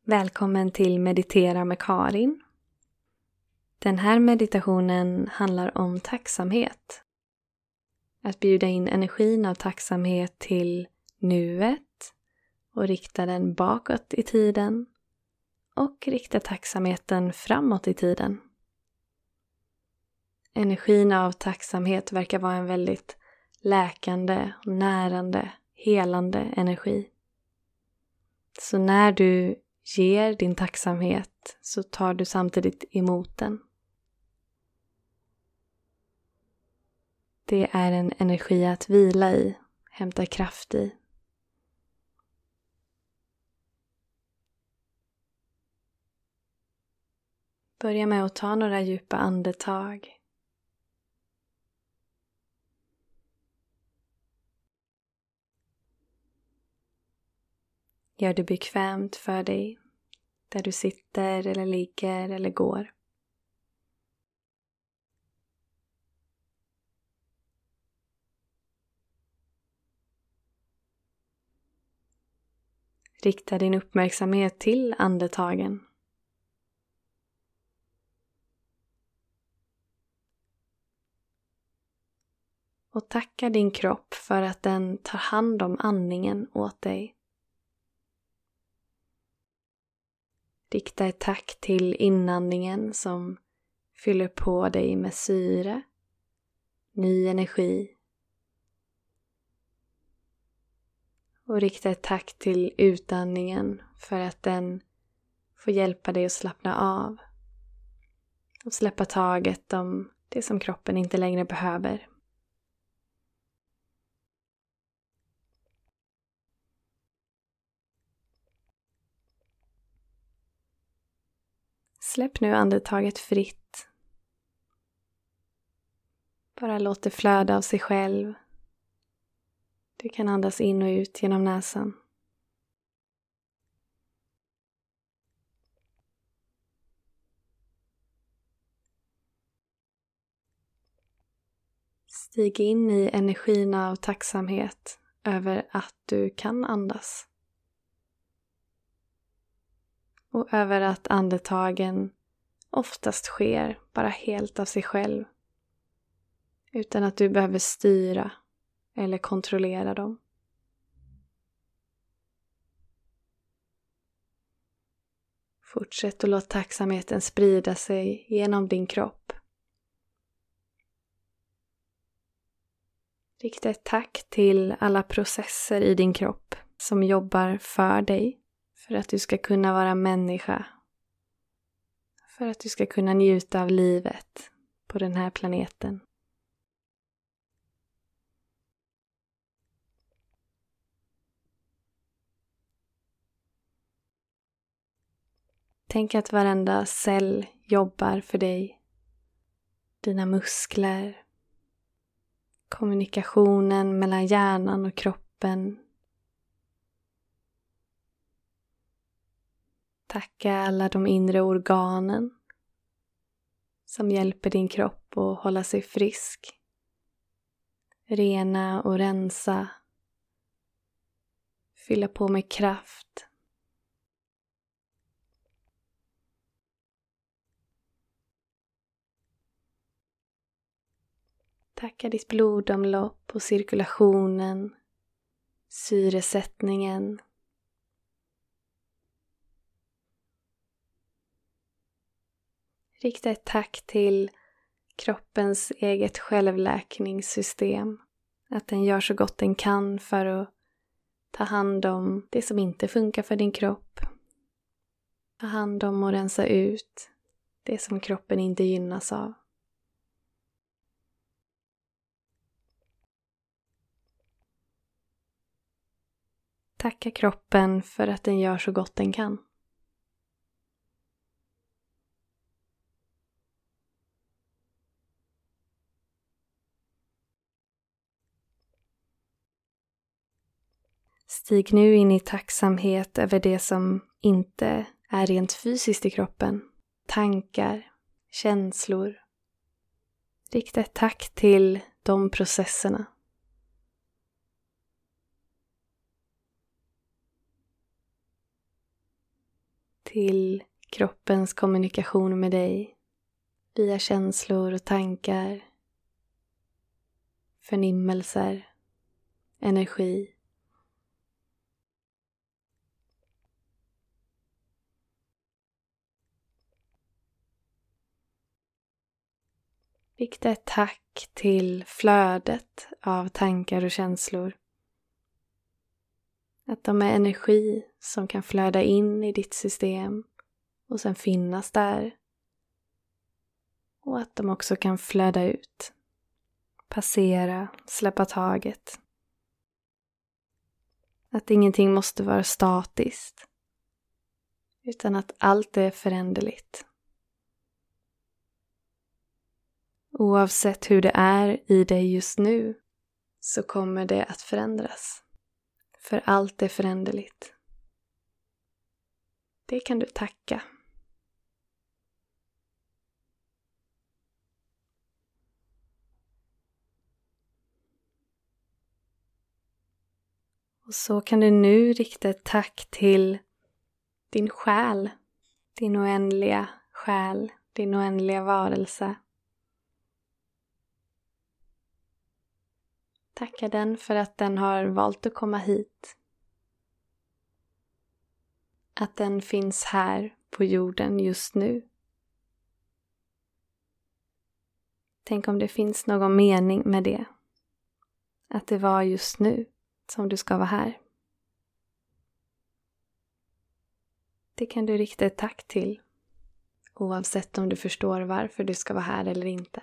Välkommen till Meditera med Karin. Den här meditationen handlar om tacksamhet. Att bjuda in energin av tacksamhet till nuet och rikta den bakåt i tiden och rikta tacksamheten framåt i tiden. Energin av tacksamhet verkar vara en väldigt läkande, närande, helande energi. Så när du ger din tacksamhet så tar du samtidigt emot den. Det är en energi att vila i, hämta kraft i. Börja med att ta några djupa andetag. Gör det bekvämt för dig, där du sitter eller ligger eller går. Rikta din uppmärksamhet till andetagen. Och tacka din kropp för att den tar hand om andningen åt dig. Rikta ett tack till inandningen som fyller på dig med syre, ny energi. Och rikta ett tack till utandningen för att den får hjälpa dig att slappna av och släppa taget om det som kroppen inte längre behöver. Släpp nu andetaget fritt. Bara låt det flöda av sig själv. Du kan andas in och ut genom näsan. Stig in i energin av tacksamhet över att du kan andas. Och över att andetagen oftast sker bara helt av sig själv. Utan att du behöver styra eller kontrollera dem. Fortsätt att låta tacksamheten sprida sig genom din kropp. Rikta ett tack till alla processer i din kropp som jobbar för dig. För att du ska kunna vara människa. För att du ska kunna njuta av livet på den här planeten. Tänk att varenda cell jobbar för dig. Dina muskler. Kommunikationen mellan hjärnan och kroppen. Tacka alla de inre organen som hjälper din kropp att hålla sig frisk. Rena och rensa. Fylla på med kraft. Tacka ditt blodomlopp och cirkulationen, syresättningen. Rikta ett tack till kroppens eget självläkningssystem. Att den gör så gott den kan för att ta hand om det som inte funkar för din kropp. Ta hand om och rensa ut det som kroppen inte gynnas av. Tacka kroppen för att den gör så gott den kan. Stig nu in i tacksamhet över det som inte är rent fysiskt i kroppen. Tankar, känslor. Rikta ett tack till de processerna. till kroppens kommunikation med dig via känslor och tankar, förnimmelser, energi. Rikta ett tack till flödet av tankar och känslor. Att de är energi som kan flöda in i ditt system och sen finnas där. Och att de också kan flöda ut, passera, släppa taget. Att ingenting måste vara statiskt, utan att allt är föränderligt. Oavsett hur det är i dig just nu så kommer det att förändras. För allt är föränderligt. Det kan du tacka. Och så kan du nu rikta ett tack till din själ, din oändliga själ, din oändliga varelse. Tacka den för att den har valt att komma hit. Att den finns här på jorden just nu. Tänk om det finns någon mening med det. Att det var just nu som du ska vara här. Det kan du rikta ett tack till. Oavsett om du förstår varför du ska vara här eller inte.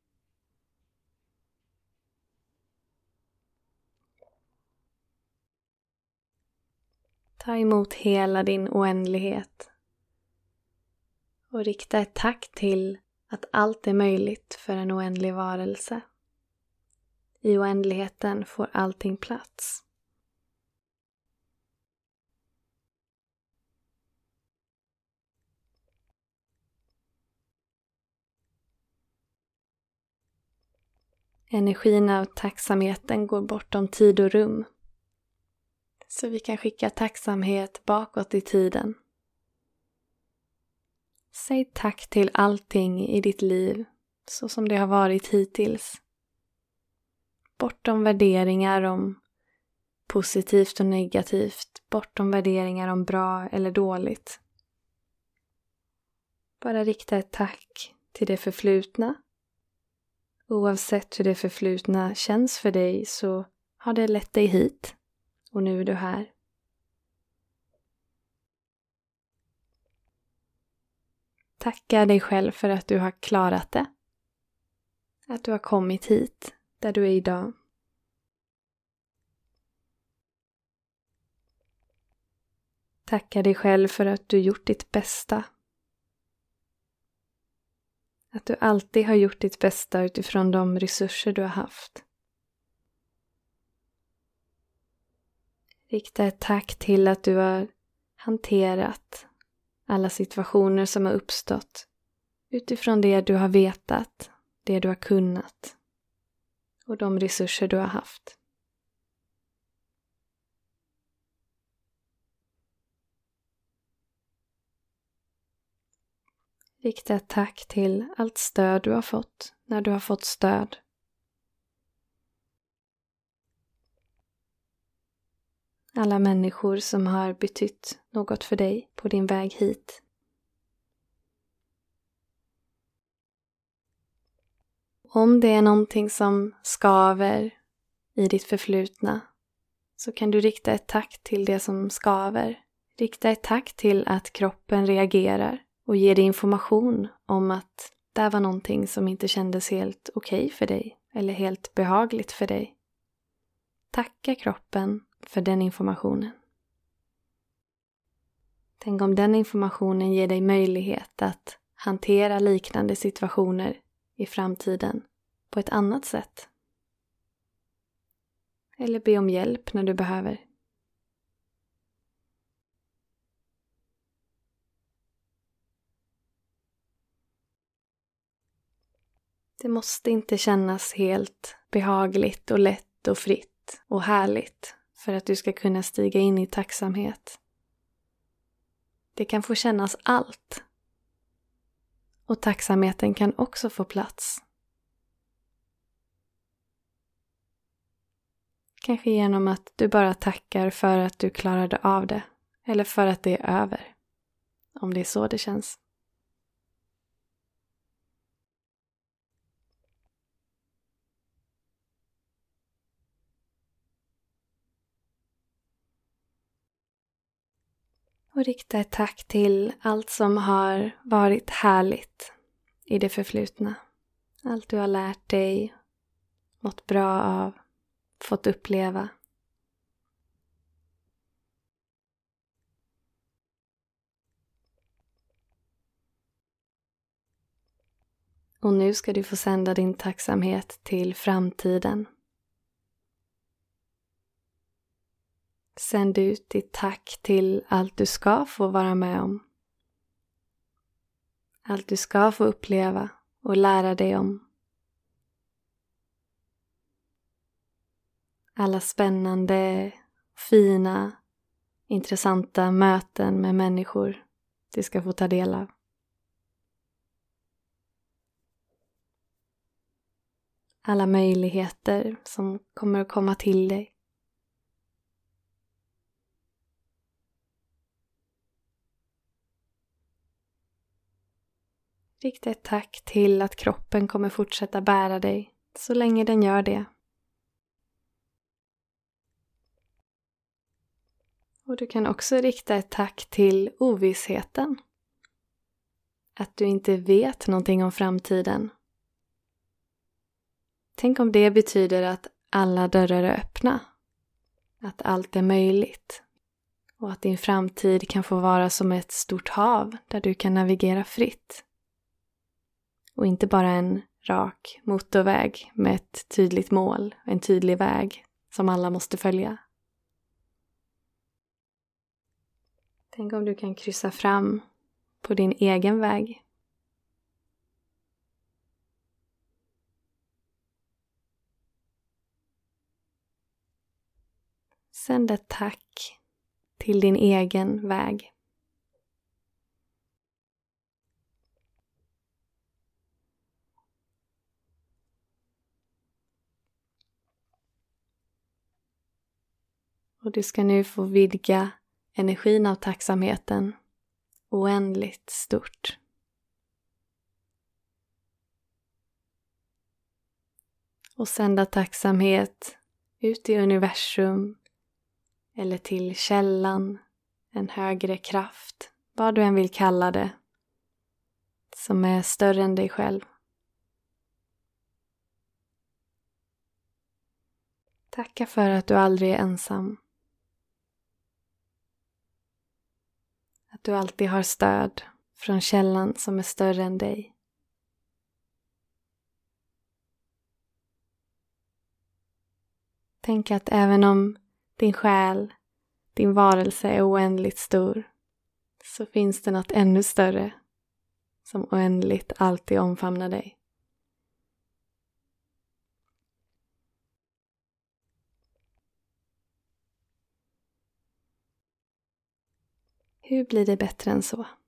Ta emot hela din oändlighet. Och rikta ett tack till att allt är möjligt för en oändlig varelse. I oändligheten får allting plats. Energin av tacksamheten går bortom tid och rum. Så vi kan skicka tacksamhet bakåt i tiden. Säg tack till allting i ditt liv så som det har varit hittills. Bortom värderingar om positivt och negativt. Bortom värderingar om bra eller dåligt. Bara rikta ett tack till det förflutna. Oavsett hur det förflutna känns för dig så har det lett dig hit. Och nu är du här. Tacka dig själv för att du har klarat det. Att du har kommit hit där du är idag. Tacka dig själv för att du gjort ditt bästa. Att du alltid har gjort ditt bästa utifrån de resurser du har haft. Rikta ett tack till att du har hanterat alla situationer som har uppstått utifrån det du har vetat, det du har kunnat och de resurser du har haft. Rikta ett tack till allt stöd du har fått när du har fått stöd. Alla människor som har betytt något för dig på din väg hit. Om det är någonting som skaver i ditt förflutna så kan du rikta ett tack till det som skaver. Rikta ett tack till att kroppen reagerar och ger dig information om att det var någonting som inte kändes helt okej för dig eller helt behagligt för dig. Tacka kroppen för den informationen. Tänk om den informationen ger dig möjlighet att hantera liknande situationer i framtiden på ett annat sätt. Eller be om hjälp när du behöver. Det måste inte kännas helt behagligt och lätt och fritt och härligt för att du ska kunna stiga in i tacksamhet. Det kan få kännas allt. Och tacksamheten kan också få plats. Kanske genom att du bara tackar för att du klarade av det. Eller för att det är över. Om det är så det känns. Och rikta ett tack till allt som har varit härligt i det förflutna. Allt du har lärt dig, mått bra av, fått uppleva. Och nu ska du få sända din tacksamhet till framtiden. Sänd ut ditt tack till allt du ska få vara med om. Allt du ska få uppleva och lära dig om. Alla spännande, fina, intressanta möten med människor du ska få ta del av. Alla möjligheter som kommer att komma till dig. Rikta ett tack till att kroppen kommer fortsätta bära dig så länge den gör det. Och du kan också rikta ett tack till ovissheten. Att du inte vet någonting om framtiden. Tänk om det betyder att alla dörrar är öppna. Att allt är möjligt. Och att din framtid kan få vara som ett stort hav där du kan navigera fritt. Och inte bara en rak motorväg med ett tydligt mål, en tydlig väg som alla måste följa. Tänk om du kan kryssa fram på din egen väg. Sänd ett tack till din egen väg. Och du ska nu få vidga energin av tacksamheten oändligt stort. Och sända tacksamhet ut i universum eller till källan, en högre kraft, vad du än vill kalla det, som är större än dig själv. Tacka för att du aldrig är ensam. Att du alltid har stöd från källan som är större än dig. Tänk att även om din själ, din varelse är oändligt stor, så finns det något ännu större som oändligt alltid omfamnar dig. Hur blir det bättre än så?